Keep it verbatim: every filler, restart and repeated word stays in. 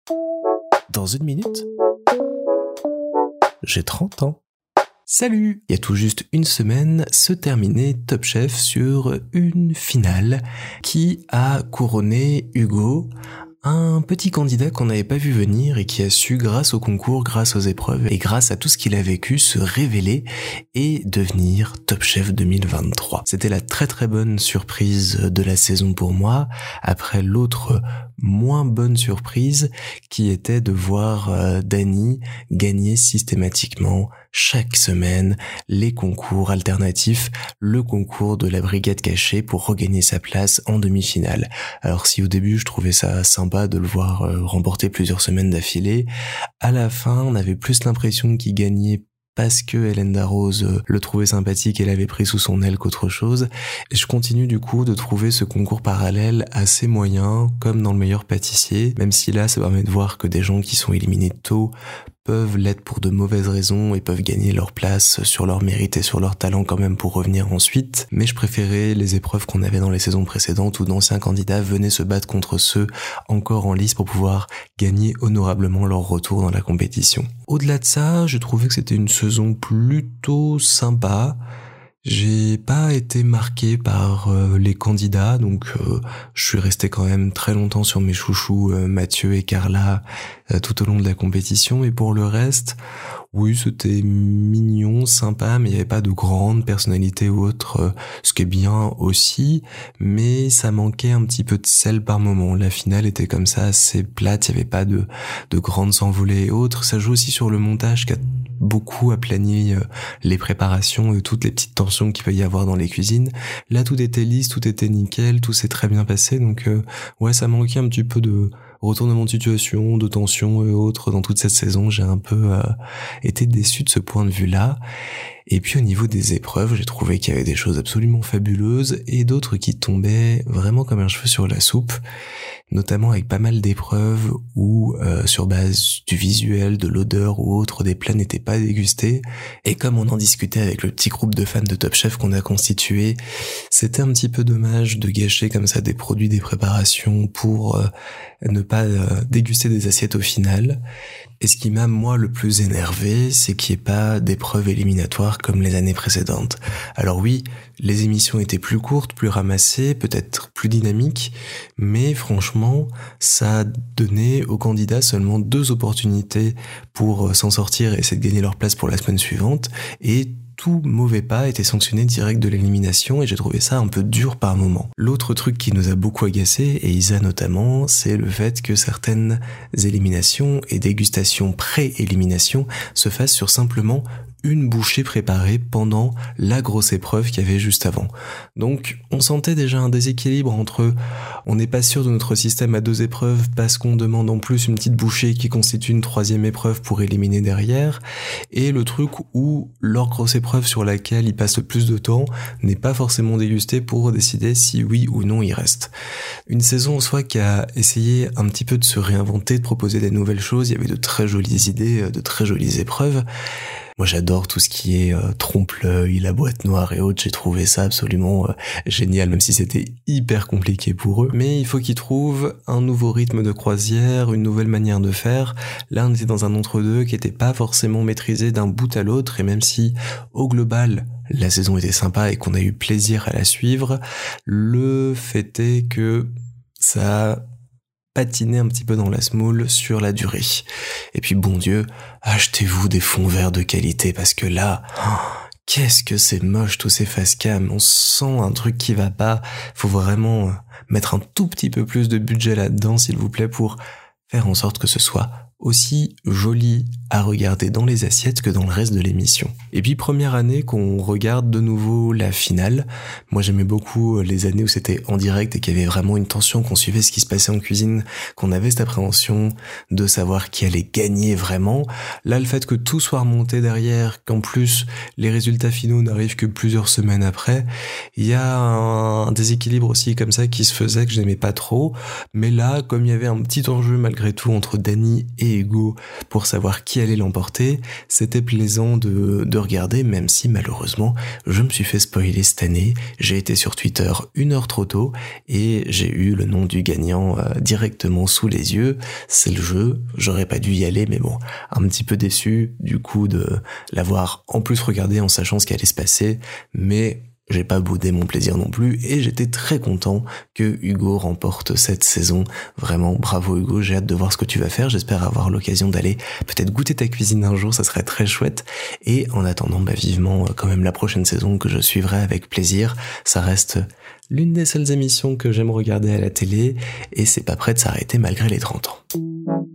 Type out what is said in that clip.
Dans une minute, j'ai trente ans. Salut! Il y a tout juste une semaine se terminait Top Chef sur une finale qui a couronné Hugo, un petit candidat qu'on n'avait pas vu venir et qui a su, grâce au concours, grâce aux épreuves et grâce à tout ce qu'il a vécu, se révéler et devenir Top Chef deux mille vingt-trois. C'était la très très bonne surprise de la saison pour moi, après l'autre moins bonne surprise qui était de voir euh, Dany gagner systématiquement chaque semaine les concours alternatifs, le concours de la brigade cachée pour regagner sa place en demi-finale. Alors si au début je trouvais ça sympa de le voir euh, remporter plusieurs semaines d'affilée, à la fin on avait plus l'impression qu'il gagnait parce que Hélène Darroze le trouvait sympathique et l'avait pris sous son aile qu'autre chose. Et je continue du coup de trouver ce concours parallèle assez moyen, comme dans Le Meilleur Pâtissier, même si là ça permet de voir que des gens qui sont éliminés tôt peuvent l'être pour de mauvaises raisons et peuvent gagner leur place sur leur mérite et sur leur talent quand même pour revenir ensuite. Mais je préférais les épreuves qu'on avait dans les saisons précédentes où d'anciens candidats venaient se battre contre ceux encore en lice pour pouvoir gagner honorablement leur retour dans la compétition. Au-delà de ça, je trouvais que c'était une saison plutôt sympa. J'ai pas été marqué par euh, les candidats, donc euh, je suis resté quand même très longtemps sur mes chouchous euh, Mathieu et Carla euh, tout au long de la compétition. Et pour le reste, oui, c'était mignon, sympa, mais il n'y avait pas de grande personnalité ou autre, euh, ce qui est bien aussi, mais ça manquait un petit peu de sel par moment. La finale était comme ça, assez plate, il n'y avait pas de, de grandes envolées et autres. Ça joue aussi sur le montage qui a beaucoup aplani euh, les préparations et toutes les petites tensions qu'il peut y avoir dans les cuisines. Là, tout était lisse, tout était nickel, tout s'est très bien passé, donc euh, ouais, ça manquait un petit peu de retournement de situation, de tension et autres dans toute cette saison. J'ai un peu euh, été déçu de ce point de vue-là. Et puis au niveau des épreuves, j'ai trouvé qu'il y avait des choses absolument fabuleuses et d'autres qui tombaient vraiment comme un cheveu sur la soupe, notamment avec pas mal d'épreuves où euh, sur base du visuel, de l'odeur ou autre, des plats n'étaient pas dégustés. Et comme on en discutait avec le petit groupe de fans de Top Chef qu'on a constitué, c'était un petit peu dommage de gâcher comme ça des produits, des préparations pour euh, ne pas euh, déguster des assiettes au final. Et ce qui m'a, moi, le plus énervé, c'est qu'il n'y ait pas d'épreuves éliminatoires comme les années précédentes. Alors oui, les émissions étaient plus courtes, plus ramassées, peut-être plus dynamiques, mais franchement, ça donnait aux candidats seulement deux opportunités pour s'en sortir et essayer de gagner leur place pour la semaine suivante, et tout mauvais pas était sanctionné direct de l'élimination et j'ai trouvé ça un peu dur par moment. L'autre truc qui nous a beaucoup agacé, et Isa notamment, c'est le fait que certaines éliminations et dégustations pré-élimination se fassent sur simplement une bouchée préparée pendant la grosse épreuve qu'il y avait juste avant. Donc on sentait déjà un déséquilibre entre on n'est pas sûr de notre système à deux épreuves parce qu'on demande en plus une petite bouchée qui constitue une troisième épreuve pour éliminer derrière, et le truc où leur grosse épreuve sur laquelle ils passent le plus de temps n'est pas forcément dégustée pour décider si oui ou non il reste. Une saison en soi qui a essayé un petit peu de se réinventer, de proposer des nouvelles choses. Il y avait de très jolies idées, de très jolies épreuves. Moi, j'adore tout ce qui est euh, trompe-l'œil, la boîte noire et autres. J'ai trouvé ça absolument euh, génial, même si c'était hyper compliqué pour eux. Mais il faut qu'ils trouvent un nouveau rythme de croisière, une nouvelle manière de faire. Là, on était dans un entre-deux qui était pas forcément maîtrisé d'un bout à l'autre. Et même si, au global, la saison était sympa et qu'on a eu plaisir à la suivre, le fait est que ça a patiner un petit peu dans la semoule sur la durée. Et puis bon Dieu, achetez-vous des fonds verts de qualité parce que là, oh, qu'est-ce que c'est moche tous ces face cam, on sent un truc qui va pas. Faut vraiment mettre un tout petit peu plus de budget là-dedans s'il vous plaît pour faire en sorte que ce soit aussi joli à regarder dans les assiettes que dans le reste de l'émission. Et puis première année qu'on regarde de nouveau la finale. Moi j'aimais beaucoup les années où c'était en direct et qu'il y avait vraiment une tension, qu'on suivait ce qui se passait en cuisine, qu'on avait cette appréhension de savoir qui allait gagner vraiment. Là le fait que tout soit remonté derrière, qu'en plus les résultats finaux n'arrivent que plusieurs semaines après, il y a un déséquilibre aussi comme ça qui se faisait que je n'aimais pas trop. Mais là, comme il y avait un petit enjeu malgré tout entre Dany et et Hugo pour savoir qui allait l'emporter, c'était plaisant de, de regarder, même si malheureusement je me suis fait spoiler cette année. J'ai été sur Twitter une heure trop tôt et j'ai eu le nom du gagnant euh, directement sous les yeux. C'est le jeu, j'aurais pas dû y aller, mais bon, un petit peu déçu du coup de l'avoir en plus regardé en sachant ce qui allait se passer, mais j'ai pas boudé mon plaisir non plus et j'étais très content que Hugo remporte cette saison. Vraiment, bravo Hugo, j'ai hâte de voir ce que tu vas faire. J'espère avoir l'occasion d'aller peut-être goûter ta cuisine un jour, ça serait très chouette. Et en attendant, bah vivement quand même la prochaine saison que je suivrai avec plaisir. Ça reste l'une des seules émissions que j'aime regarder à la télé et c'est pas prêt de s'arrêter malgré les trente ans.